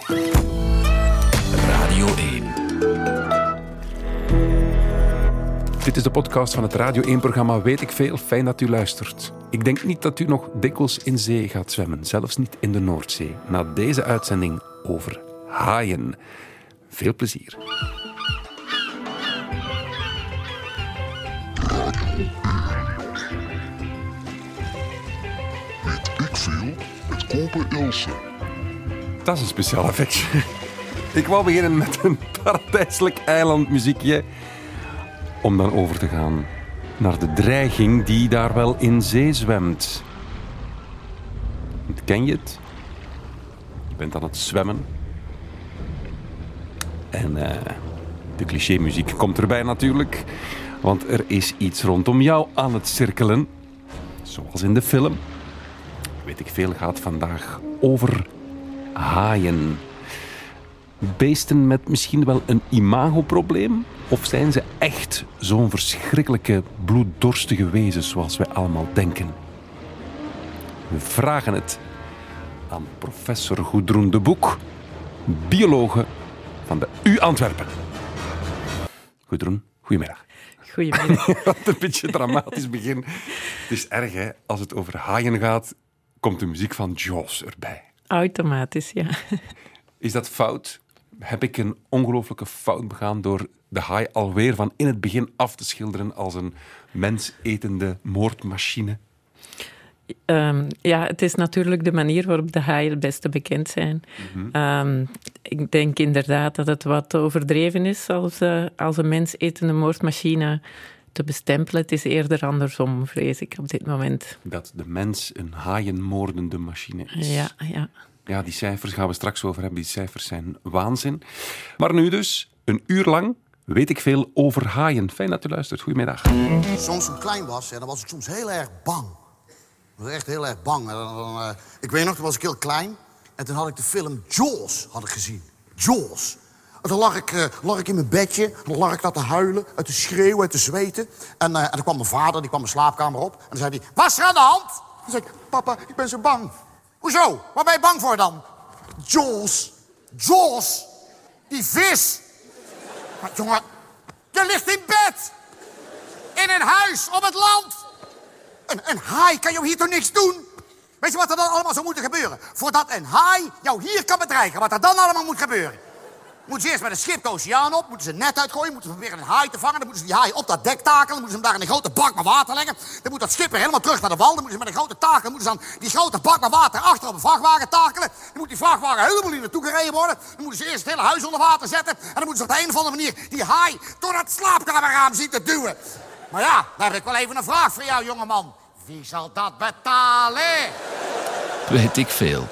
Radio 1. Dit is de podcast van het Radio 1-programma Weet ik Veel. Fijn dat u luistert. Ik denk niet dat u nog dikwijls in zee gaat zwemmen, zelfs niet in de Noordzee. Na deze uitzending over haaien. Veel plezier. Weet ik veel met Kopen Ilse. Dat is een speciaal effectje. Ik wou beginnen met een paradijselijk eilandmuziekje, om dan over te gaan naar de dreiging die daar wel in zee zwemt. Ken je het? Je bent aan het zwemmen. En de clichémuziek komt erbij natuurlijk. Want er is iets rondom jou aan het cirkelen. Zoals in de film. Weet ik veel gaat vandaag over haaien. Beesten met misschien wel een imagoprobleem? Of zijn ze echt zo'n verschrikkelijke, bloeddorstige wezens zoals wij allemaal denken? We vragen het aan professor Gudrun de Boek, biologe van de U Antwerpen. Gudrun, goedemiddag. Goedemiddag. Een beetje dramatisch begin. Het is erg, hè? Als het over haaien gaat, komt de muziek van Jaws erbij. Automatisch, ja. Is dat fout? Heb ik een ongelooflijke fout begaan door de haai alweer van in het begin af te schilderen als een mensetende moordmachine? Ja, het is natuurlijk de manier waarop de haaien het beste bekend zijn. Mm-hmm. Ik denk inderdaad dat het wat overdreven is als een mensetende moordmachine te bestempelen. Het is eerder andersom, vrees ik, op dit moment. Dat de mens een haaienmoordende machine is. Ja. Ja, die cijfers gaan we straks over hebben. Die cijfers zijn waanzin. Maar nu dus, een uur lang, weet ik veel over haaien. Fijn dat u luistert. Goedemiddag. Soms toen ik klein was, dan was ik soms heel erg bang. Ik was echt heel erg bang. Ik weet nog, toen was ik heel klein. En toen had ik de film Jaws gezien. Jaws. En toen lag ik in mijn bedje. En dan lag ik daar te huilen, te schreeuwen, en te zweten. En dan kwam mijn vader, die kwam mijn slaapkamer op. En dan zei hij, wat is er aan de hand? Toen zei ik, papa, ik ben zo bang. Hoezo? Waar ben je bang voor dan? Jaws. Jaws. Die vis. Maar jongen, je ligt in bed. In een huis, op het land. Een haai kan jou hier toch niks doen? Weet je wat er dan allemaal zou moeten gebeuren? Voordat een haai jou hier kan bedreigen, wat er dan allemaal moet gebeuren. Moeten ze eerst met een schip de oceaan op, moeten ze een net uitgooien, moeten ze proberen een haai te vangen, dan moeten ze die haai op dat dek takelen, dan moeten ze hem daar in een grote bak met water leggen. Dan moet dat schip weer helemaal terug naar de wal, dan moeten ze met een grote takel, dan moeten ze dan die grote bak met water achter op een vrachtwagen takelen. Dan moet die vrachtwagen helemaal hier naartoe gereden worden. Dan moeten ze eerst het hele huis onder water zetten en dan moeten ze op de een of andere manier die haai door dat slaapkamerraam zien te duwen. Maar ja, daar heb ik wel even een vraag voor jou, jongeman. Wie zal dat betalen? Weet ik veel.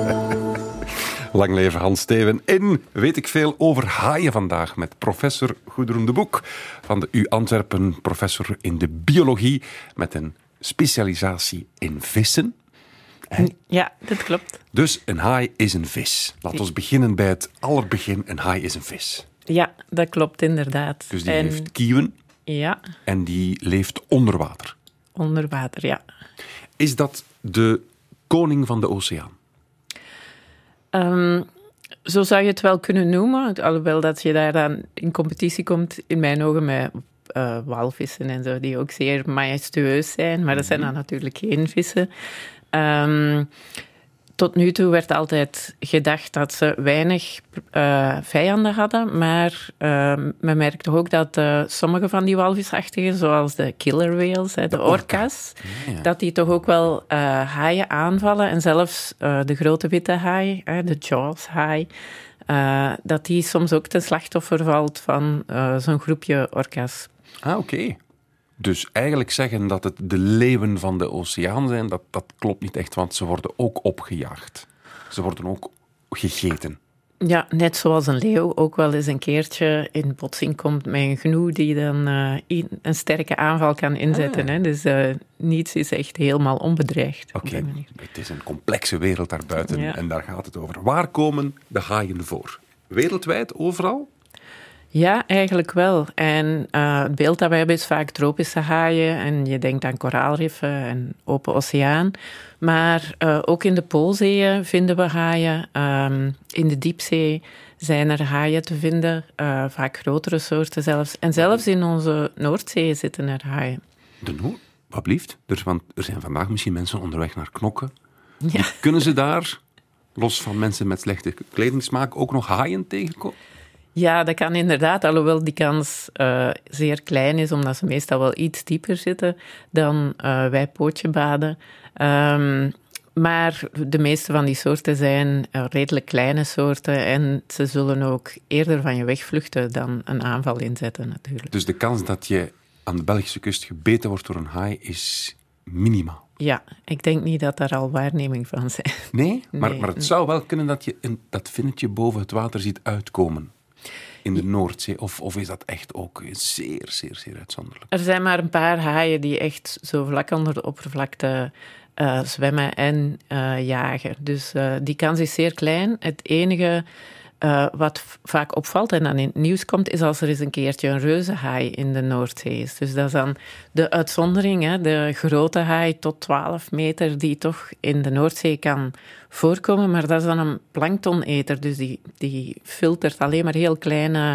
Lang leven Hans Steven. In Weet ik veel over haaien vandaag met professor Gudrun de Boek van de U Antwerpen, professor in de biologie met een specialisatie in vissen. Ja, dat klopt. Dus een haai is een vis. Laten we beginnen bij het allerbegin. Een haai is een vis. Ja, dat klopt inderdaad. Dus die heeft kieuwen. Ja. En die leeft onder water. Onder water, ja. Is dat de koning van de oceaan? Zo zou je het wel kunnen noemen. Alhoewel dat je daar dan in competitie komt, in mijn ogen, met walvissen en zo, die ook zeer majestueus zijn. Maar dat zijn dan natuurlijk geen vissen. Tot nu toe werd altijd gedacht dat ze weinig vijanden hadden, maar men merkte ook dat sommige van die walvisachtigen, zoals de killer whales, de orka's, dat die toch ook wel haaien aanvallen. En zelfs de grote witte haai, de Jaws-haai, dat die soms ook ten slachtoffer valt van zo'n groepje orka's. Ah, oké. Dus eigenlijk zeggen dat het de leeuwen van de oceaan zijn, dat klopt niet echt, want ze worden ook opgejaagd. Ze worden ook gegeten. Ja, net zoals een leeuw ook wel eens een keertje in botsing komt met een gnu die dan een sterke aanval kan inzetten. Hè? Dus niets is echt helemaal onbedreigd. Oké, het is een complexe wereld daarbuiten en daar gaat het over. Waar komen de haaien voor? Wereldwijd, overal? Ja, eigenlijk wel. En het beeld dat wij hebben is vaak tropische haaien. En je denkt aan koraalriffen en open oceaan. Maar ook in de Poolzeeën vinden we haaien. In de diepzee zijn er haaien te vinden. Vaak grotere soorten zelfs. En zelfs in onze Noordzee zitten er haaien. Wat blieft? Want er zijn vandaag misschien mensen onderweg naar Knokke. Ja. Kunnen ze daar, los van mensen met slechte kledingsmaak, ook nog haaien tegenkomen? Ja, dat kan inderdaad, alhoewel die kans zeer klein is, omdat ze meestal wel iets dieper zitten dan wij pootjebaden. Maar de meeste van die soorten zijn redelijk kleine soorten en ze zullen ook eerder van je wegvluchten dan een aanval inzetten natuurlijk. Dus de kans dat je aan de Belgische kust gebeten wordt door een haai is minimaal? Ja, ik denk niet dat daar al waarneming van zijn. Nee? Maar het zou wel kunnen dat je dat vinnetje boven het water ziet uitkomen. In de Noordzee? Of is dat echt ook zeer, zeer, zeer uitzonderlijk? Er zijn maar een paar haaien die echt zo vlak onder de oppervlakte zwemmen en jagen. Dus die kans is zeer klein. Het enige wat vaak opvalt en dan in het nieuws komt, is als er eens een keertje een reuzenhaai in de Noordzee is. Dus dat is dan de uitzondering, hè? De grote haai tot 12 meter die toch in de Noordzee kan voorkomen. Maar dat is dan een planktoneter, dus die filtert alleen maar heel kleine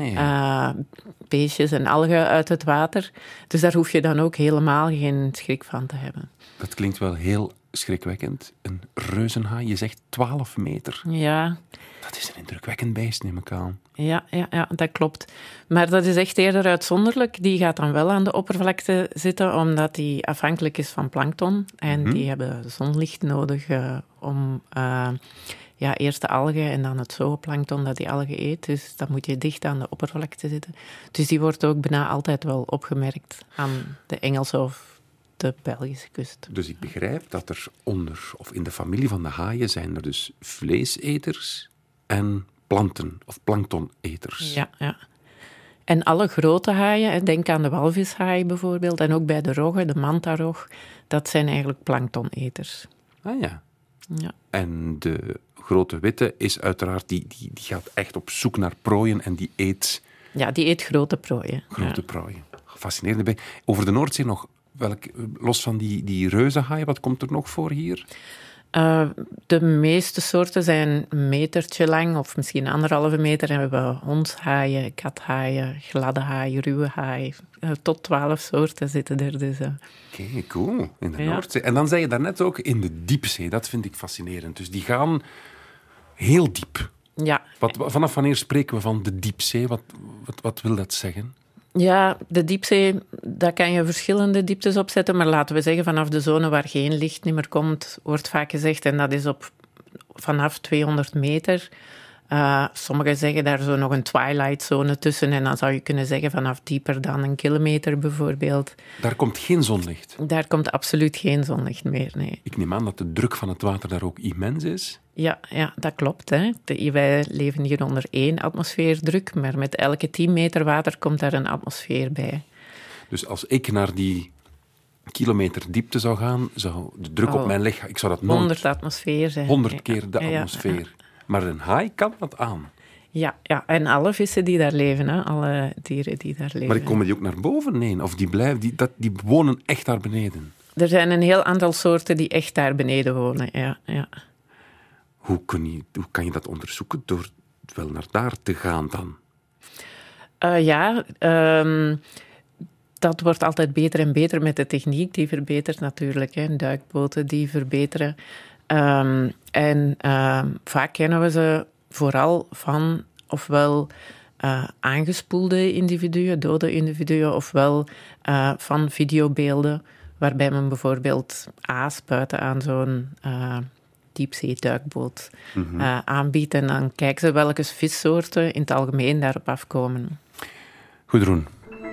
beestjes en algen uit het water. Dus daar hoef je dan ook helemaal geen schrik van te hebben. Dat klinkt wel heel schrikwekkend. Een reuzenhaai, je zegt 12 meter. Ja. Dat is een indrukwekkend beest, neem ik aan. Ja, dat klopt. Maar dat is echt eerder uitzonderlijk. Die gaat dan wel aan de oppervlakte zitten, omdat die afhankelijk is van plankton. En die hebben zonlicht nodig om eerst de algen en dan het zooplankton dat die algen eet. Dus dan moet je dicht aan de oppervlakte zitten. Dus die wordt ook bijna altijd wel opgemerkt aan de Engelse of de Belgische kust. Dus ik begrijp dat er in de familie van de haaien zijn er dus vleeseters en planten of planktoneters. Ja. En alle grote haaien, denk aan de walvishaai bijvoorbeeld, en ook bij de roggen, de mantarog, dat zijn eigenlijk planktoneters. Ah ja. Ja. En de grote witte is uiteraard, die gaat echt op zoek naar prooien en die eet... Ja, die eet grote prooien. Grote prooien. Fascinerend bij. Over de Noordzee nog, los van die reuzenhaaien, wat komt er nog voor hier? De meeste soorten zijn een metertje lang, of misschien 1,5 meter. En we hebben hondshaaien, kathaaien, gladde haaien, ruwe haaien. Tot 12 soorten zitten er dus. Oké, cool. In de Noordzee. En dan zei je daarnet ook in de diepzee. Dat vind ik fascinerend. Dus die gaan heel diep. Ja. Vanaf wanneer spreken we van de diepzee? Wat wil dat zeggen? Ja, de diepzee, daar kan je verschillende dieptes op zetten. Maar laten we zeggen, vanaf de zone waar geen licht meer komt, wordt vaak gezegd. En dat is vanaf 200 meter. Sommigen zeggen daar zo nog een twilight-zone tussen. En dan zou je kunnen zeggen vanaf dieper dan 1 kilometer bijvoorbeeld. Daar komt geen zonlicht? Daar komt absoluut geen zonlicht meer, nee. Ik neem aan dat de druk van het water daar ook immens is? Ja, dat klopt. Hè. Wij leven hier onder 1 atmosfeerdruk, maar met elke 10 meter water komt daar een atmosfeer bij. Dus als ik naar die kilometer diepte zou gaan, zou de druk op mijn lichaam... Ik zou dat nooit... 100 atmosfeer zijn. 100 keer de atmosfeer. Ja. Maar een haai kan dat aan. Ja, en alle vissen die daar leven, hè. Alle dieren die daar leven. Maar komen die ook naar boven? Nee, of die wonen echt daar beneden? Er zijn een heel aantal soorten die echt daar beneden wonen, ja. Hoe kan je dat onderzoeken? Door wel naar daar te gaan dan? Dat wordt altijd beter en beter met de techniek. Die verbetert natuurlijk. Hè. Duikboten die verbeteren. Vaak kennen we ze vooral van ofwel aangespoelde individuen, dode individuen, ofwel van videobeelden, waarbij men bijvoorbeeld aas buiten aan zo'n diepzeeduikboot aanbiedt. En dan kijken ze welke vissoorten in het algemeen daarop afkomen. Gudrun.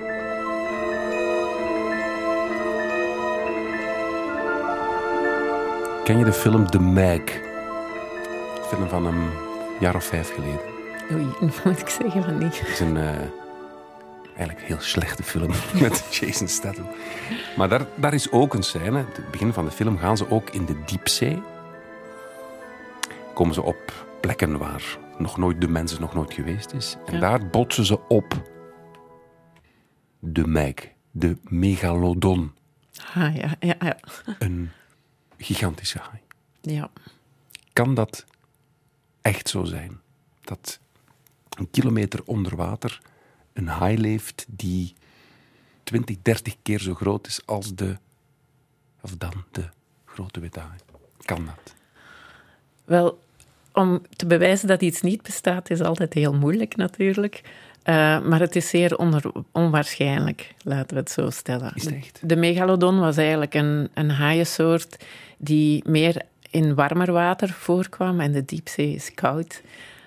Ken je de film The Meg? Een film van een jaar of 5 geleden. Oei, moet ik zeggen van niet. Het is een eigenlijk heel slechte film met Jason Statham. Maar daar is ook een scène. At het begin van de film gaan ze ook in de diepzee. Komen ze op plekken waar de mens nog nooit geweest is. En daar botsen ze op de megalodon. Ah, ja. Een gigantische haai. Ja. Kan dat echt zo zijn? Dat een kilometer onder water een haai leeft die 20, 30 keer zo groot is als de grote witte haai. Kan dat? Wel, om te bewijzen dat iets niet bestaat, is altijd heel moeilijk natuurlijk. Maar het is zeer onwaarschijnlijk, laten we het zo stellen. Is het echt? De megalodon was eigenlijk een haaiensoort die meer in warmer water voorkwam en de diepzee is koud.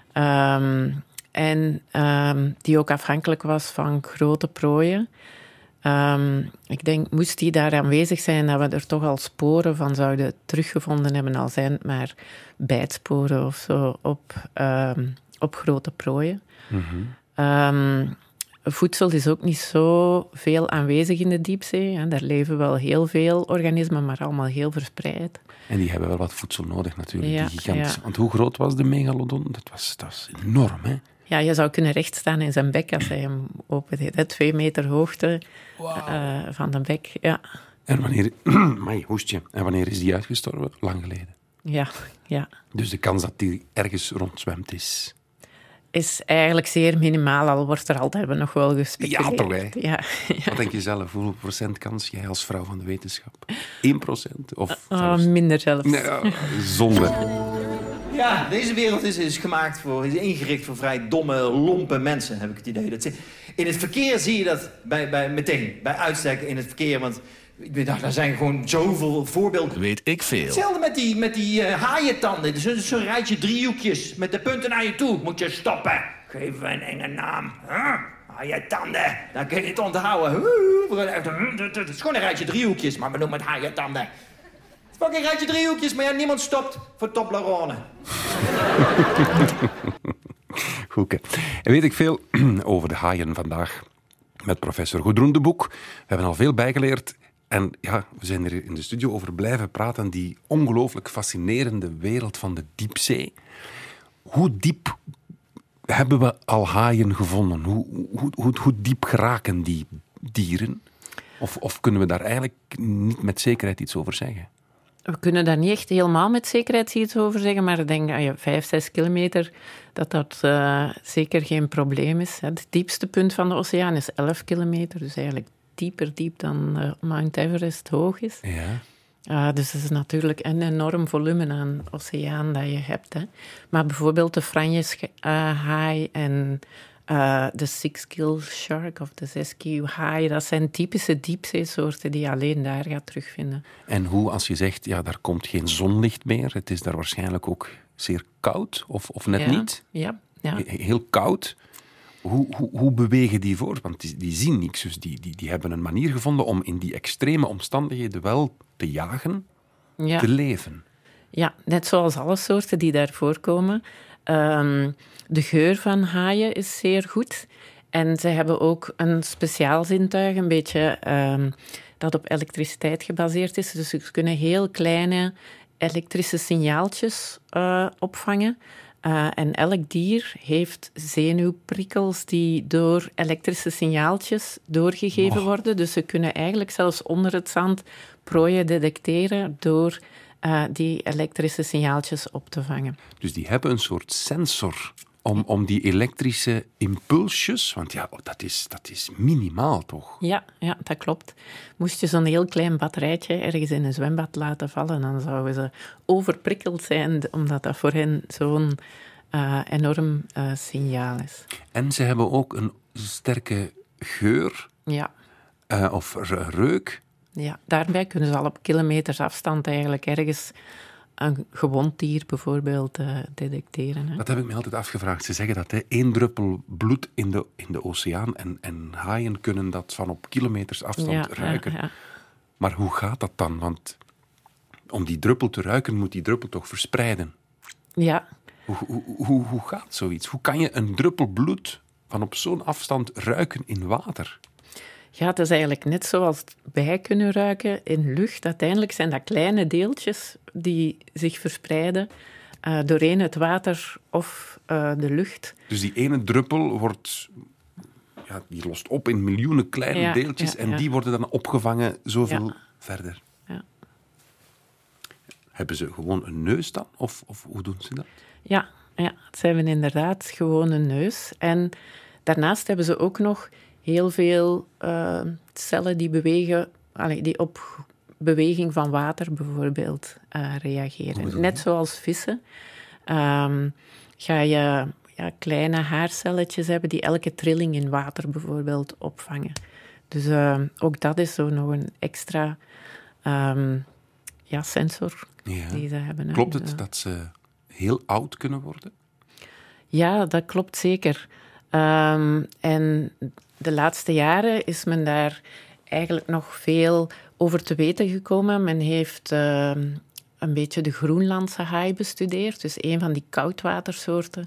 Die ook afhankelijk was van grote prooien. Ik denk, moest die daar aanwezig zijn, dat we er toch al sporen van zouden teruggevonden hebben, al zijn het maar bijtsporen of zo op grote prooien. Mm-hmm. Voedsel is ook niet zo veel aanwezig in de diepzee. Hè. Daar leven wel heel veel organismen, maar allemaal heel verspreid. En die hebben wel wat voedsel nodig natuurlijk, die gigantische. Want hoe groot was de megalodon? Dat was enorm, hè? Ja, je zou kunnen rechtstaan in zijn bek als hij hem opendeed. 2 meter hoogte van de bek, ja. En wanneer is die uitgestorven? Lang geleden. Ja. Dus de kans dat die ergens rondzwemt is eigenlijk zeer minimaal, al wordt er altijd nog wel gespeculeerd. Ja, toch, hè? Ja. Wat denk je zelf? Hoeveel procent kans jij als vrouw van de wetenschap? 1%? Of minder zelfs. Nee, zonde. Ja, deze wereld is ingericht voor vrij domme, lompe mensen, heb ik het idee. In het verkeer zie je dat meteen, bij uitstek in het verkeer, want daar zijn gewoon zoveel voorbeelden. Weet ik veel. Hetzelfde met die haaientanden. Zo'n rijtje driehoekjes met de punten naar je toe. Moet je stoppen. Geef me een enge naam. Haaientanden. Dan kun je het onthouden. Het is gewoon een rijtje driehoekjes, maar we noemen het haaientanden. Het is ook een rijtje driehoekjes, maar niemand stopt voor Toblerone. Goed, hè. En weet ik veel over de haaien vandaag met professor Gudrun de Boek. We hebben al veel bijgeleerd. En ja, we zijn er in de studio over blijven praten. Die ongelooflijk fascinerende wereld van de diepzee. Hoe diep hebben we al haaien gevonden? Hoe diep geraken die dieren? Of kunnen we daar eigenlijk niet met zekerheid iets over zeggen? We kunnen daar niet echt helemaal met zekerheid iets over zeggen, maar ik denk dat 5, 6 kilometer, dat zeker geen probleem is. Het diepste punt van de oceaan is 11 kilometer, dus eigenlijk diep dan Mount Everest hoog is. Ja. Dus het is natuurlijk een enorm volume aan oceaan dat je hebt. Hè. Maar bijvoorbeeld de franjeshaai en de six-gill shark of de zeskielhaai, dat zijn typische diepzeesoorten die je alleen daar gaat terugvinden. En hoe, als je zegt, ja, daar komt geen zonlicht meer, het is daar waarschijnlijk ook zeer koud, of net niet? Ja. Heel koud. Hoe bewegen die voort? Want die zien niks, dus die hebben een manier gevonden om in die extreme omstandigheden wel te jagen, te leven. Ja, net zoals alle soorten die daar voorkomen. De geur van haaien is zeer goed. En ze hebben ook een speciaal zintuig, een beetje dat op elektriciteit gebaseerd is. Dus ze kunnen heel kleine elektrische signaaltjes opvangen. En elk dier heeft zenuwprikkels die door elektrische signaaltjes doorgegeven worden. Dus ze kunnen eigenlijk zelfs onder het zand prooien detecteren door die elektrische signaaltjes op te vangen. Dus die hebben een soort sensor om die elektrische impulsjes, want ja, dat is minimaal toch? Ja, dat klopt. Moest je zo'n heel klein batterijtje ergens in een zwembad laten vallen, dan zouden ze overprikkeld zijn, omdat dat voor hen zo'n enorm signaal is. En ze hebben ook een sterke geur of reuk. Ja, daarbij kunnen ze al op kilometers afstand eigenlijk ergens een gewond dier bijvoorbeeld detecteren. Hè. Dat heb ik me altijd afgevraagd. Ze zeggen dat 1 druppel bloed in de oceaan en haaien kunnen dat van op kilometers afstand ruiken. Ja. Maar hoe gaat dat dan? Want om die druppel te ruiken, moet die druppel toch verspreiden? Ja. Hoe gaat zoiets? Hoe kan je een druppel bloed van op zo'n afstand ruiken in water? Ja, het is eigenlijk net zoals wij kunnen ruiken in lucht. Uiteindelijk zijn dat kleine deeltjes die zich verspreiden doorheen het water of de lucht. Dus die ene druppel wordt... Ja, die lost op in miljoenen kleine deeltjes en die worden dan opgevangen zoveel verder. Ja. Hebben ze gewoon een neus dan? Of hoe doen ze dat? Ja, ze hebben inderdaad gewoon een neus. En daarnaast hebben ze ook nog heel veel cellen die bewegen, die op beweging van water bijvoorbeeld reageren. Net zoals vissen ga je kleine haarcelletjes hebben die elke trilling in water bijvoorbeeld opvangen. Dus ook dat is zo nog een extra sensor die ze hebben. Klopt het dat ze heel oud kunnen worden? Ja, dat klopt zeker. En de laatste jaren is men daar eigenlijk nog veel over te weten gekomen. Men heeft een beetje de Groenlandse haai bestudeerd, dus een van die koudwatersoorten.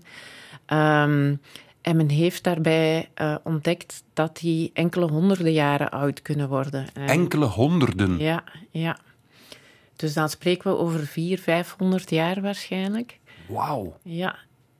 En men heeft daarbij ontdekt dat die enkele honderden jaren oud kunnen worden. Enkele honderden? Ja. Dus dan spreken we over 400-500 jaar waarschijnlijk. Wauw. Ja.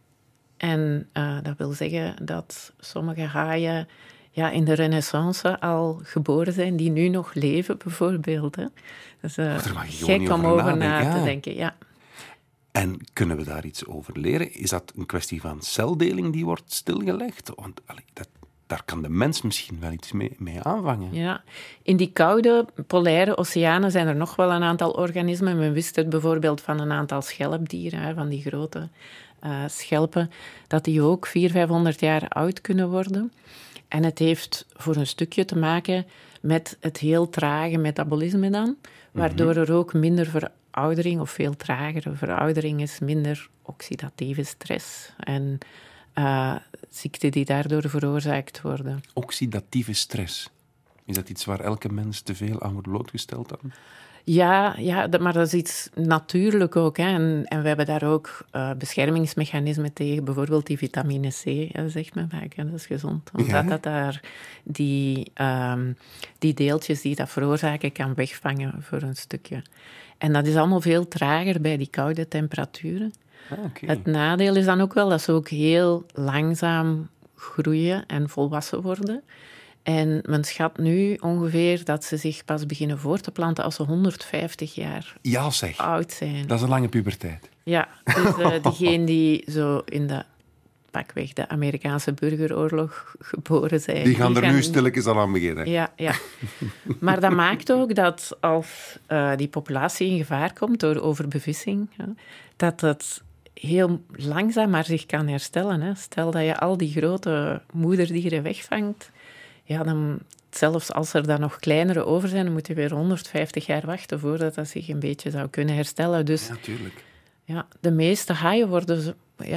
En dat wil zeggen dat sommige haaien in de Renaissance al geboren zijn, die nu nog leven, bijvoorbeeld. Hè. Dat is gek om over na te denken, ja. En kunnen we daar iets over leren? Is dat een kwestie van celdeling die wordt stilgelegd? Want daar kan de mens misschien wel iets mee aanvangen. Ja, in die koude, polaire oceanen zijn er nog wel een aantal organismen. Men wist het bijvoorbeeld van een aantal schelpdieren, van die grote schelpen, dat die ook 400-500 jaar oud kunnen worden. En het heeft voor een stukje te maken met het heel trage metabolisme dan, waardoor er ook minder veroudering, of veel tragere veroudering is, minder oxidatieve stress en ziekten die daardoor veroorzaakt worden. Oxidatieve stress. Is dat iets waar elke mens te veel aan wordt blootgesteld dan? Ja, maar dat is iets natuurlijk ook. Hè. En we hebben daar ook beschermingsmechanismen tegen. Bijvoorbeeld die vitamine C, zegt men vaak. Dat is gezond. Omdat dat daar die deeltjes die dat veroorzaken kan wegvangen voor een stukje. En dat is allemaal veel trager bij die koude temperaturen. Okay. Het nadeel is dan ook wel dat ze ook heel langzaam groeien en volwassen worden. En men schat nu ongeveer dat ze zich pas beginnen voor te planten als ze 150 jaar oud zijn. Dat is een lange puberteit. Ja, dus diegenen die zo in de pakweg de Amerikaanse burgeroorlog geboren zijn. Die gaan er nu stilletjes al aan beginnen. Ja. Maar dat maakt ook dat als die populatie in gevaar komt door overbevissing, dat het heel langzaam maar zich kan herstellen. Hè. Stel dat je al die grote moederdieren wegvangt, dan, zelfs als er dan nog kleinere over zijn, dan moet je weer 150 jaar wachten voordat dat zich een beetje zou kunnen herstellen. Dus, ja, natuurlijk. Ja, de meeste haaien worden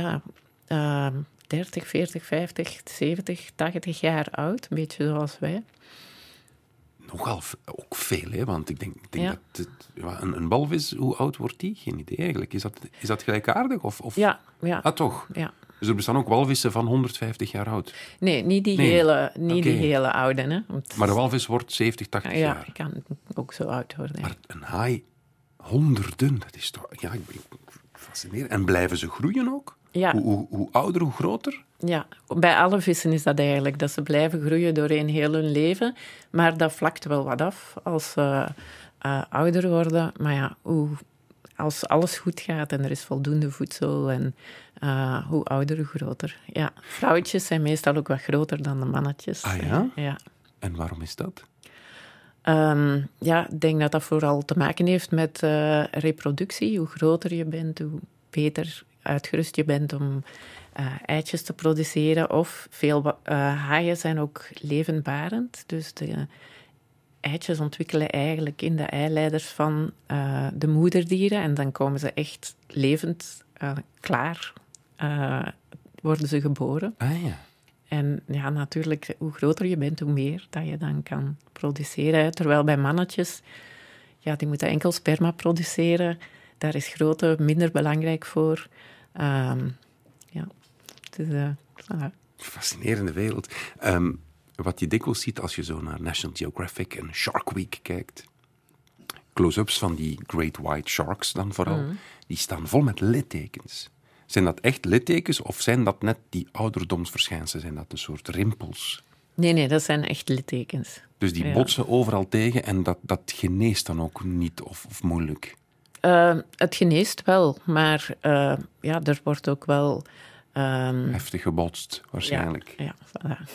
30, 40, 50, 70, 80 jaar oud. Een beetje zoals wij. Nogal ook veel, hè? Want ik denk dat een walvis, hoe oud wordt die? Geen idee eigenlijk. Is dat gelijkaardig? Of? Ja. Ah, toch? Ja. Dus er bestaan ook walvissen van 150 jaar oud? Nee, niet die hele oude. Hè? Maar de walvis wordt 70, 80 jaar? Ja, kan ook zo oud worden. Maar een haai, honderden, dat is toch... Ja, ik ben fascinerend. En blijven ze groeien ook? Ja. Hoe ouder, hoe groter? Ja, bij alle vissen is dat eigenlijk. Dat ze blijven groeien doorheen heel hun leven. Maar dat vlakt wel wat af als ze ouder worden. Maar ja, als alles goed gaat en er is voldoende voedsel en hoe ouder, hoe groter. Ja, vrouwtjes zijn meestal ook wat groter dan de mannetjes. Ah ja? Ja. En waarom is dat? Ik denk dat dat vooral te maken heeft met reproductie. Hoe groter je bent, hoe beter uitgerust je bent om eitjes te produceren. Of veel haaien zijn ook levendbarend. Dus de eitjes ontwikkelen eigenlijk in de eileiders van de moederdieren. En dan komen ze echt levend klaar. Worden ze geboren. Ah ja. En ja, natuurlijk, hoe groter je bent, hoe meer dat je dan kan produceren. Terwijl bij mannetjes, die moeten enkel sperma produceren. Daar is grootte minder belangrijk voor. Fascinerende wereld. Wat je dikwijls ziet als je zo naar National Geographic en Shark Week kijkt. close-ups van die great white sharks dan vooral, die staan vol met littekens. Zijn dat echt littekens of zijn dat net die ouderdomsverschijnselen? Zijn dat een soort rimpels? Nee, dat zijn echt littekens. Dus die botsen overal tegen en dat geneest dan ook niet of moeilijk? Het geneest wel, maar er wordt ook wel... Heftig gebotst, waarschijnlijk. Ja, voilà.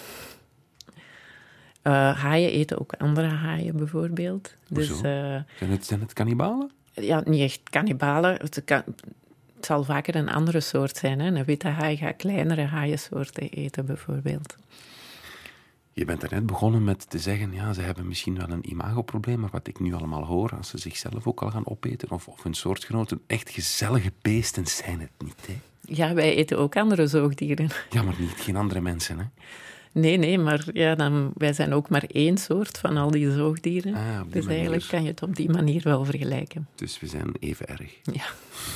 Haaien eten ook andere haaien, bijvoorbeeld. Hoezo? Dus, zijn het kannibalen? ja, niet echt kannibalen. Het zal vaker een andere soort zijn. Hè? Een witte haai gaat kleinere haaiensoorten eten, bijvoorbeeld. Je bent er net begonnen met te zeggen, ja, ze hebben misschien wel een imagoprobleem, maar wat ik nu allemaal hoor, als ze zichzelf ook al gaan opeten, of hun soortgenoten, echt gezellige beesten zijn het niet, hè? Ja, wij eten ook andere zoogdieren. Ja, maar geen andere mensen, hè? Nee, maar wij zijn ook maar één soort van al die zoogdieren. Op die Dus manier. eigenlijk kan je het op die manier wel vergelijken. Dus we zijn even erg. Ja.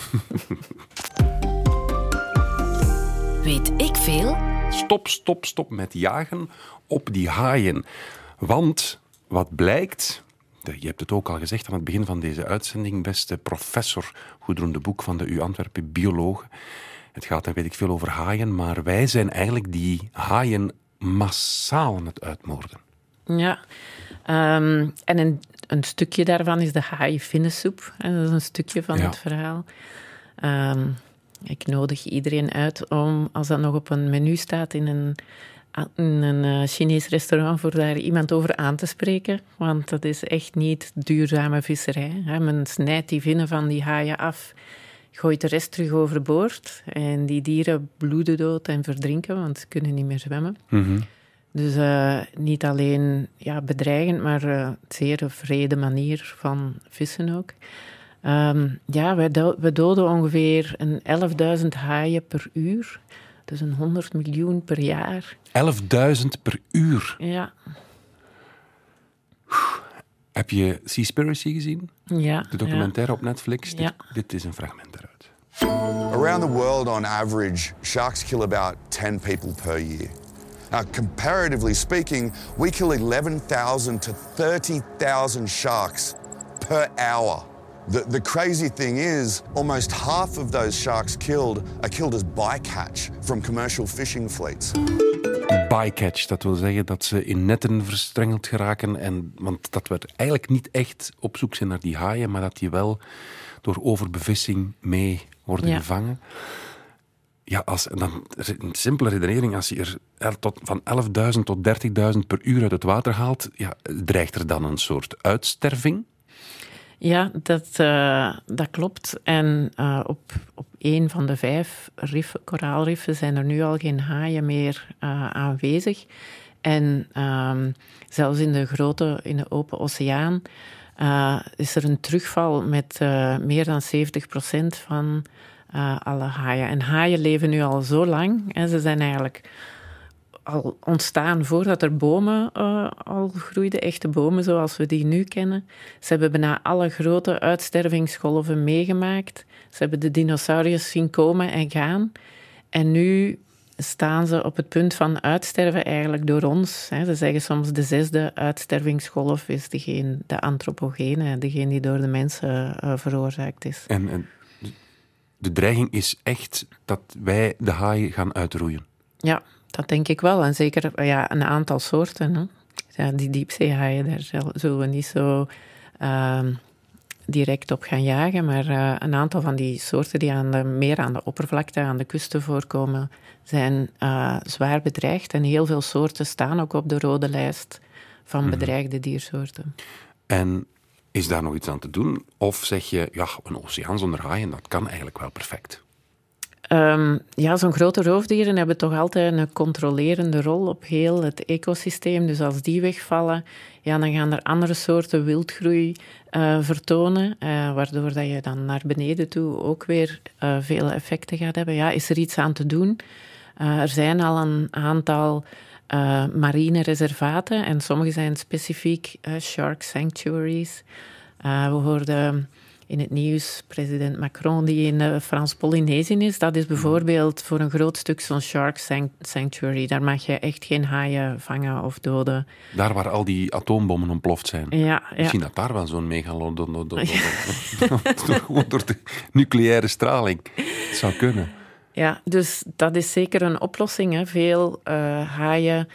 Weet ik veel? Stop met jagen op die haaien. Want wat blijkt, je hebt het ook al gezegd aan het begin van deze uitzending, beste professor Gudrun de Boek van de U Antwerpen, bioloog. Het gaat dan weet ik veel over haaien, maar wij zijn eigenlijk die haaien massaal aan het uitmoorden. Ja, en een stukje daarvan is de haaienvinnensoep. Dat is een stukje van het verhaal. Ik nodig iedereen uit om, als dat nog op een menu staat in een Chinees restaurant, voor daar iemand over aan te spreken. Want dat is echt niet duurzame visserij. Men snijdt die vinnen van die haaien af, gooit de rest terug overboord. En die dieren bloeden dood en verdrinken, want ze kunnen niet meer zwemmen. Mm-hmm. Dus niet alleen bedreigend, maar zeer wrede manier van vissen ook. We doden ongeveer 11.000 haaien per uur. Dus 100 miljoen per jaar. 11.000 per uur? Ja. Heb je Seaspiracy gezien? Ja. De documentaire op Netflix? Ja. Dit is een fragment eruit. Around the world, on average, sharks kill about 10 people per year. Now, comparatively speaking, we kill 11,000 to 30,000 sharks per hour. The crazy thing is, almost half of those sharks killed are killed as bycatch from commercial fishing fleets. Bycatch, dat wil zeggen dat ze in netten verstrengeld geraken. Want dat we eigenlijk niet echt op zoek zijn naar die haaien, maar dat die wel door overbevissing mee worden gevangen. Ja, een simpele redenering, als je er van 11.000 tot 30.000 per uur uit het water haalt, dreigt er dan een soort uitsterving? Ja, dat klopt. En op een van de 5 koraalriffen zijn er nu al geen haaien meer aanwezig. En zelfs in de open oceaan is er een terugval met meer dan 70% van alle haaien. En haaien leven nu al zo lang. Ze zijn eigenlijk al ontstaan voordat er bomen al groeiden, echte bomen zoals we die nu kennen. Ze hebben bijna alle grote uitstervingsgolven meegemaakt. Ze hebben de dinosauriërs zien komen en gaan. En nu staan ze op het punt van uitsterven eigenlijk door ons. Ze zeggen soms de 6e uitstervingsgolf is de antropogene, degene die door de mensen veroorzaakt is. En de dreiging is echt dat wij de haaien gaan uitroeien? Ja, dat denk ik wel. En zeker een aantal soorten. Hè. Ja, die diepzeehaaien, daar zullen we niet zo direct op gaan jagen. Maar een aantal van die soorten die meer aan de oppervlakte, aan de kusten voorkomen, zijn zwaar bedreigd. En heel veel soorten staan ook op de rode lijst van bedreigde diersoorten. En is daar nog iets aan te doen? Of zeg je, een oceaan zonder haaien, dat kan eigenlijk wel perfect? Zo'n grote roofdieren hebben toch altijd een controlerende rol op heel het ecosysteem. Dus als die wegvallen, dan gaan er andere soorten wildgroei vertonen, waardoor dat je dan naar beneden toe ook weer veel effecten gaat hebben. Ja, is er iets aan te doen? Er zijn al een aantal marine reservaten en sommige zijn specifiek shark sanctuaries. We hoorden in het nieuws. President Macron die in Frans-Polynesië is. Dat is bijvoorbeeld voor een groot stuk zo'n shark sanctuary. Daar mag je echt geen haaien vangen of doden. Daar waar al die atoombommen ontploft zijn. Ja. Misschien dat daar wel zo'n megalodon... Gewoon door de nucleaire straling. Het zou kunnen. Ja, dus dat is zeker een oplossing. Hè. Veel haaien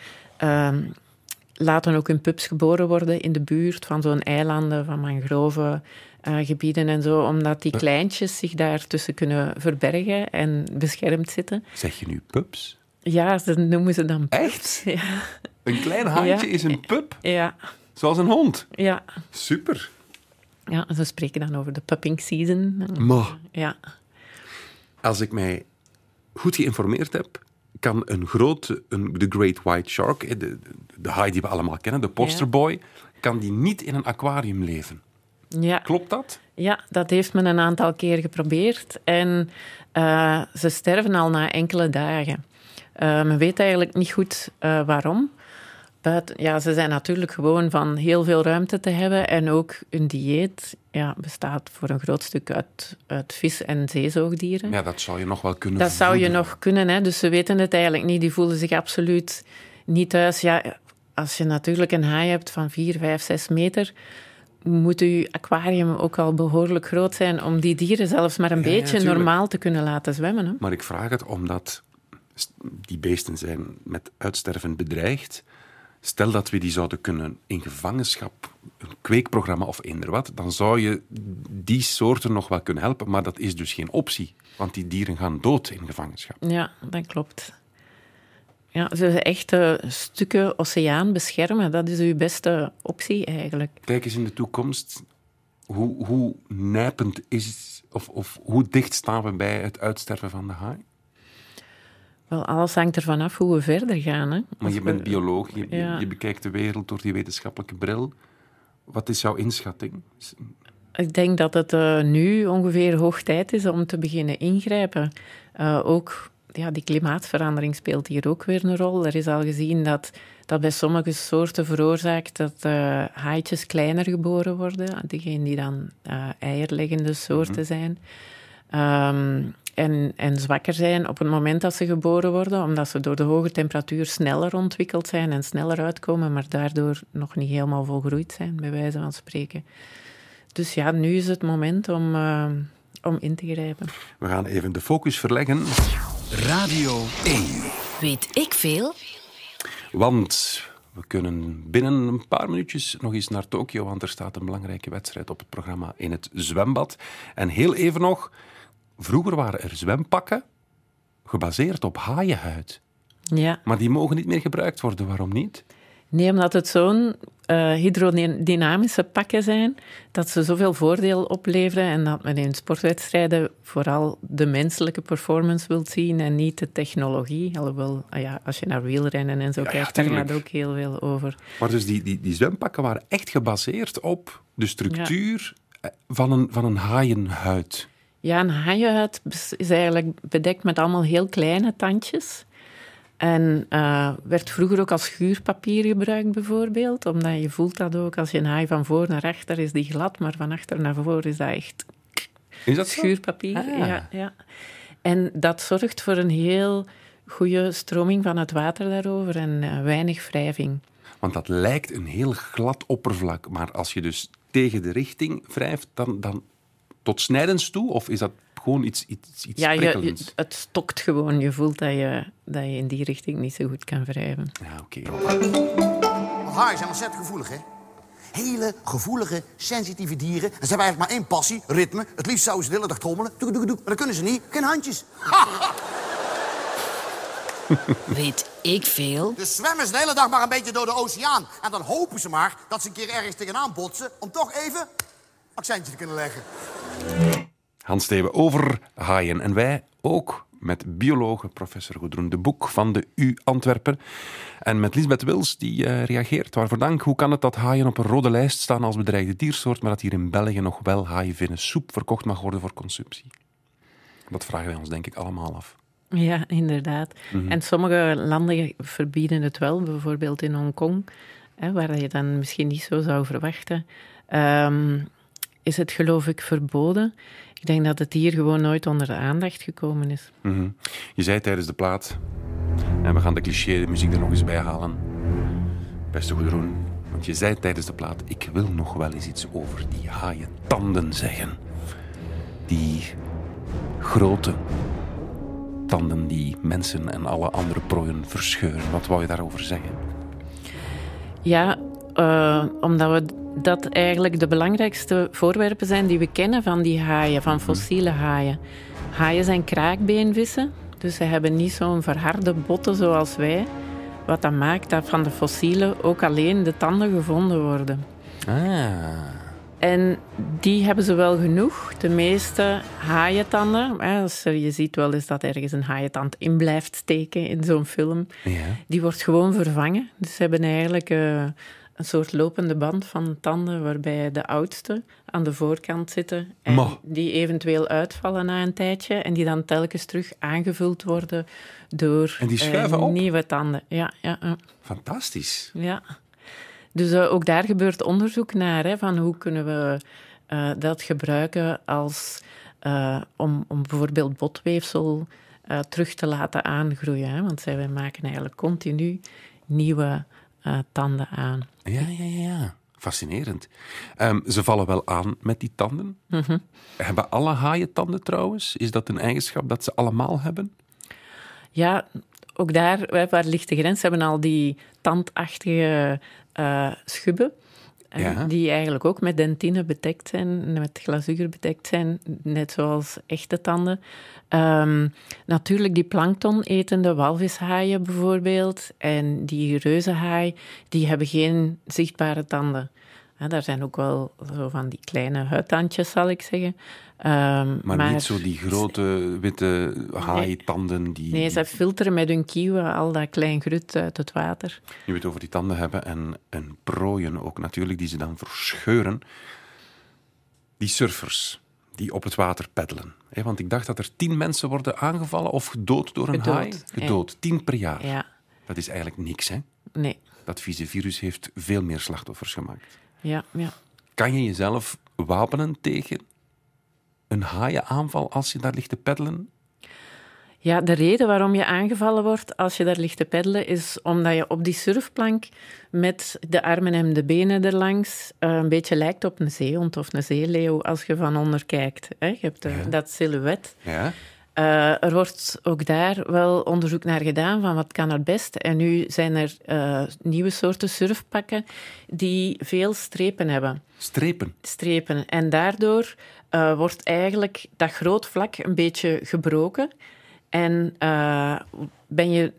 laten ook hun pups geboren worden in de buurt van zo'n eilanden, van mangrovengebieden en zo, omdat die kleintjes zich daartussen kunnen verbergen en beschermd zitten. Zeg je nu pups? Ja, dat noemen ze dan pups. Echt? Ja. Een klein haantje is een pup? Ja. Zoals een hond? Ja. Super. Ja, ze spreken dan over de pupping season. Maar Ja. als ik mij goed geïnformeerd heb, kan de Great White Shark, de haai die we allemaal kennen, de posterboy, kan die niet in een aquarium leven. Ja. Klopt dat? Ja, dat heeft men een aantal keer geprobeerd. En ze sterven al na enkele dagen. Men weet eigenlijk niet goed waarom. Ze zijn natuurlijk gewoon van heel veel ruimte te hebben. En ook hun dieet bestaat voor een groot stuk uit vis- en zeezoogdieren. Ja, dat zou je nog wel kunnen Dat zou je voeden. nog kunnen, hè. Dus ze weten het eigenlijk niet. Die voelen zich absoluut niet thuis. Ja, als je natuurlijk een haai hebt van 4, 5, 6 meter... moet je aquarium ook al behoorlijk groot zijn om die dieren zelfs maar een beetje tuurlijk. normaal te kunnen laten zwemmen. Hè? Maar ik vraag het omdat die beesten zijn met uitsterven bedreigd. Stel dat we die zouden kunnen in gevangenschap, een kweekprogramma of eender wat, dan zou je die soorten nog wel kunnen helpen. Maar dat is dus geen optie, want die dieren gaan dood in gevangenschap. Ja, dat klopt. Ja, ze echt stukken oceaan beschermen, dat is uw beste optie eigenlijk. Kijk eens in de toekomst, hoe nijpend is, of hoe dicht staan we bij het uitsterven van de haai? Wel, alles hangt ervan af hoe we verder gaan. Hè. Maar je bent bioloog, Ja. je bekijkt de wereld door die wetenschappelijke bril. Wat is jouw inschatting? Ik denk dat het nu ongeveer hoog tijd is om te beginnen ingrijpen. Ook die klimaatverandering speelt hier ook weer een rol. Er is al gezien dat bij sommige soorten veroorzaakt dat haaitjes kleiner geboren worden. Degene die dan eierleggende soorten zijn. En zwakker zijn op het moment dat ze geboren worden, omdat ze door de hoge temperatuur sneller ontwikkeld zijn en sneller uitkomen, maar daardoor nog niet helemaal volgroeid zijn, bij wijze van spreken. Dus ja, nu is het moment om in te grijpen. We gaan even de focus verleggen. Radio 1. Weet ik veel? Want we kunnen binnen een paar minuutjes nog eens naar Tokio, want er staat een belangrijke wedstrijd op het programma in het zwembad. En heel even nog, vroeger waren er zwempakken gebaseerd op haaienhuid. Ja. Maar die mogen niet meer gebruikt worden. Waarom niet? Nee, omdat het zo'n hydrodynamische pakken zijn, dat ze zoveel voordeel opleveren en dat men in sportwedstrijden vooral de menselijke performance wilt zien en niet de technologie. Alhoewel, als je naar wielrennen en zo kijkt, daar gaat ook heel veel over. Maar dus die zwempakken waren echt gebaseerd op de structuur van een haaienhuid. Ja, een haaienhuid is eigenlijk bedekt met allemaal heel kleine tandjes. En werd vroeger ook als schuurpapier gebruikt, bijvoorbeeld. Omdat je voelt dat ook, als je een haai van voor naar achter is die glad, maar van achter naar voor is dat echt Is dat zo? schuurpapier. Ah. Ja. En dat zorgt voor een heel goede stroming van het water daarover en weinig wrijving. Want dat lijkt een heel glad oppervlak. Maar als je dus tegen de richting wrijft, dan tot snijdens toe? Of is dat gewoon iets prikkelends? Het stokt gewoon. Je voelt dat je in die richting niet zo goed kan wrijven. Ja, oké. Want haaien zijn ontzettend gevoelig, hè? Hele gevoelige, sensitieve dieren. En ze hebben eigenlijk maar één passie, ritme. Het liefst zouden ze de hele dag trommelen. Doek. Maar dat kunnen ze niet. Geen handjes. Weet ik veel? Dus zwemmen ze de hele dag maar een beetje door de oceaan. En dan hopen ze maar dat ze een keer ergens tegenaan botsen... om toch even accentje te kunnen leggen. Hans Steeuwen over haaien. En wij ook met biologe professor Gudrun de Boek van de U Antwerpen. En met Lisbeth Wils, die reageert. Waarvoor dank. Hoe kan het dat haaien op een rode lijst staan als bedreigde diersoort, maar dat hier in België nog wel haaienvinnensoep verkocht mag worden voor consumptie? Dat vragen wij ons denk ik allemaal af. Ja, inderdaad. En sommige landen verbieden het wel, bijvoorbeeld in Hongkong, waar je dan misschien niet zo zou verwachten. is het geloof ik verboden. Ik denk dat het hier gewoon nooit onder de aandacht gekomen is. Mm-hmm. Je zei tijdens de plaat, en we gaan de cliché-muziek er nog eens bij halen. Beste Goedroen, want je zei tijdens de plaat, ik wil nog wel eens iets over die haaientanden zeggen. Die grote tanden die mensen en alle andere prooien verscheuren. Wat wou je daarover zeggen? Ja, omdat dat eigenlijk de belangrijkste voorwerpen zijn die we kennen van die haaien, van fossiele haaien. Haaien zijn kraakbeenvissen, dus ze hebben niet zo'n verharde botten zoals wij. Wat dat maakt dat van de fossielen ook alleen de tanden gevonden worden. Ah. En die hebben ze wel genoeg. De meeste haaientanden, je ziet wel eens dat ergens een haaientand in blijft steken in zo'n film, die wordt gewoon vervangen. Dus ze hebben eigenlijk een soort lopende band van tanden waarbij de oudste aan de voorkant zitten en die eventueel uitvallen na een tijdje en die dan telkens terug aangevuld worden door en die schuiven op? Nieuwe tanden. Ja. Fantastisch. Ja. Dus ook daar gebeurt onderzoek naar, hè, van hoe kunnen we dat gebruiken om bijvoorbeeld botweefsel terug te laten aangroeien. Hè, want zij maken eigenlijk continu nieuwe tanden aan. Ja. Fascinerend. Ze vallen wel aan met die tanden. Mm-hmm. Hebben alle haaien tanden trouwens? Is dat een eigenschap dat ze allemaal hebben? Ja, ook daar, waar ligt de grens, hebben al die tandachtige schubben, die eigenlijk ook met dentine bedekt zijn, met glazuur bedekt zijn, net zoals echte tanden. Natuurlijk die plankton-etende walvishaaien bijvoorbeeld en die reuzenhaai, die hebben geen zichtbare tanden. Daar zijn ook wel zo van die kleine huidtandjes, zal ik zeggen. Maar niet zo die grote witte haaientanden. Nee, ze filteren met hun kieuwen al dat klein grut uit het water. Nu we het over die tanden hebben en prooien ook natuurlijk, die ze dan verscheuren. Die surfers die op het water peddelen. Want ik dacht dat er 10 mensen worden aangevallen of gedood door een haai. Gedood, 10 per jaar. Ja. Dat is eigenlijk niks, hè? Nee. Dat vieze virus heeft veel meer slachtoffers gemaakt. Ja. Kan je jezelf wapenen tegen een haaienaanval als je daar ligt te peddelen? Ja, de reden waarom je aangevallen wordt als je daar ligt te peddelen is omdat je op die surfplank met de armen en de benen erlangs een beetje lijkt op een zeehond of een zeeleeuw als je van onder kijkt. Je hebt dat silhouet. Ja. Er wordt ook daar wel onderzoek naar gedaan van wat kan het best. En nu zijn er nieuwe soorten surfpakken die veel strepen hebben. Strepen. En daardoor wordt eigenlijk dat groot vlak een beetje gebroken. En ben je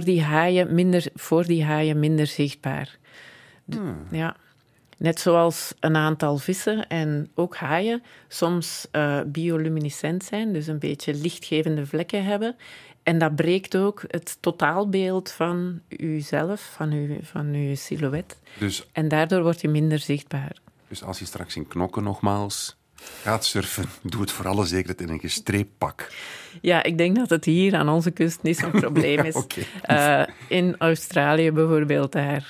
voor die haaien minder zichtbaar. Ja. Net zoals een aantal vissen en ook haaien soms bioluminescent zijn, dus een beetje lichtgevende vlekken hebben. En dat breekt ook het totaalbeeld van uzelf, van uw silhouet. Dus, en daardoor word je minder zichtbaar. Dus als je straks in Knokke nogmaals gaat surfen, doe het voor alle zekerheid in een gestreept pak. Ja, ik denk dat het hier aan onze kust niet zo'n probleem is. Okay. In Australië bijvoorbeeld,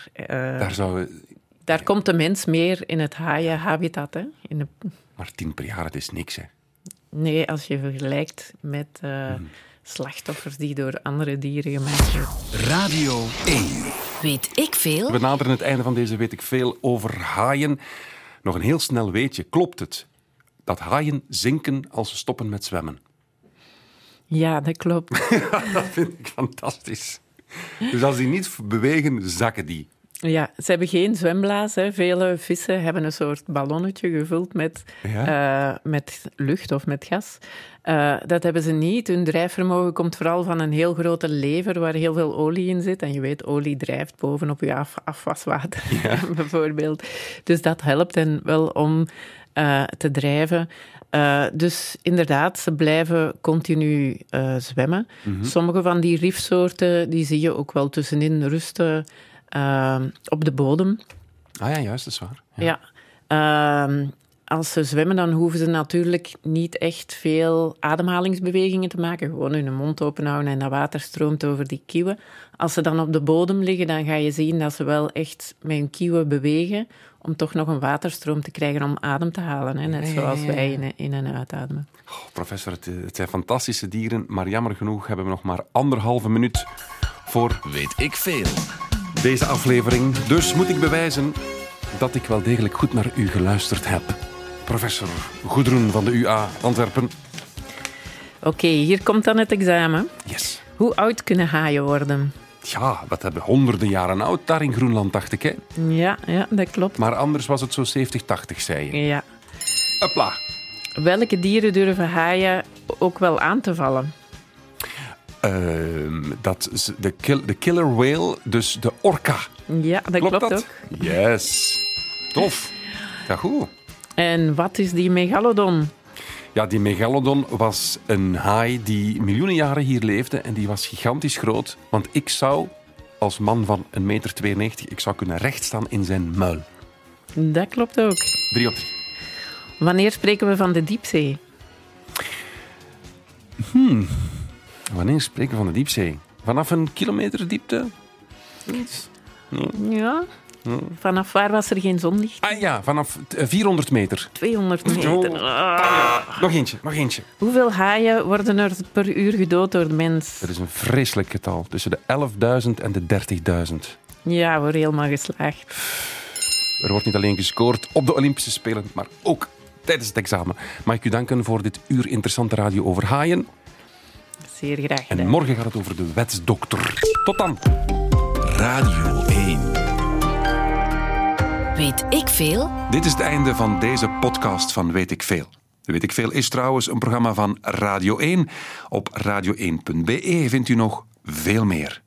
daar komt de mens meer in het haaienhabitat. Hè? Maar 10 per jaar, dat is niks, hè? Nee, als je vergelijkt met slachtoffers die door andere dieren gemaakt worden. Radio 1. Weet ik veel? We naderen het einde van deze Weet ik veel over haaien. Nog een heel snel weetje. Klopt het dat haaien zinken als ze stoppen met zwemmen? Ja, dat klopt. Dat vind ik fantastisch. Dus als die niet bewegen, zakken die. Ja, ze hebben geen zwemblaas. Hè. Vele vissen hebben een soort ballonnetje gevuld met lucht of met gas. Dat hebben ze niet. Hun drijfvermogen komt vooral van een heel grote lever waar heel veel olie in zit. En je weet, olie drijft bovenop je afwaswater, bijvoorbeeld. Dus dat helpt hen wel om te drijven. Dus inderdaad, ze blijven continu zwemmen. Mm-hmm. Sommige van die rifsoorten die zie je ook wel tussenin rusten op de bodem. Ah ja, juist, dat is waar. Ja. als ze zwemmen, dan hoeven ze natuurlijk niet echt veel ademhalingsbewegingen te maken. Gewoon hun mond open houden en dat water stroomt over die kieuwen. Als ze dan op de bodem liggen, dan ga je zien dat ze wel echt met hun kieuwen bewegen om toch nog een waterstroom te krijgen om adem te halen. Hè? Net zoals wij in en uitademen. Oh, professor, het zijn fantastische dieren, maar jammer genoeg hebben we nog maar 1,5 minuut voor Weet ik veel. deze aflevering. Dus moet ik bewijzen dat ik wel degelijk goed naar u geluisterd heb. Professor Goedroen van de UA Antwerpen. Oké, hier komt dan het examen. Yes. Hoe oud kunnen haaien worden? Ja, wat hebben honderden jaren oud daar in Groenland, dacht ik, hè? Ja, dat klopt. Maar anders was het zo 70, 80, zei je. Ja. Hopla. Welke dieren durven haaien ook wel aan te vallen? Dat is de killer whale, dus de orka. Ja, dat klopt dat? ook. Yes. Tof. Ja, goed. En wat is die megalodon? Ja, die megalodon was een haai die miljoenen jaren hier leefde en die was gigantisch groot. Want ik zou, als man van 1,92 meter, ik zou kunnen rechtstaan in zijn muil. Dat klopt ook. 3 op 3. Wanneer spreken we van de diepzee? Wanneer spreken we van de diepzee? Vanaf 1 kilometer diepte? Iets? Ja. Vanaf waar was er geen zonlicht? Ah ja, vanaf 400 meter. 200 meter. Ah. Nog eentje. Hoeveel haaien worden er per uur gedood door de mens? Dat is een vreselijk getal. Tussen de 11.000 en de 30.000. Ja, we helemaal geslaagd. Er wordt niet alleen gescoord op de Olympische Spelen, maar ook tijdens het examen. Mag ik u danken voor dit uur interessante radio over haaien. Zeer graag gedaan. En morgen gaat het over de wetsdokter. Tot dan. Radio 1. Weet ik veel? Dit is het einde van deze podcast van Weet ik Veel. Weet ik Veel is trouwens een programma van Radio 1. Op radio1.be vindt u nog veel meer.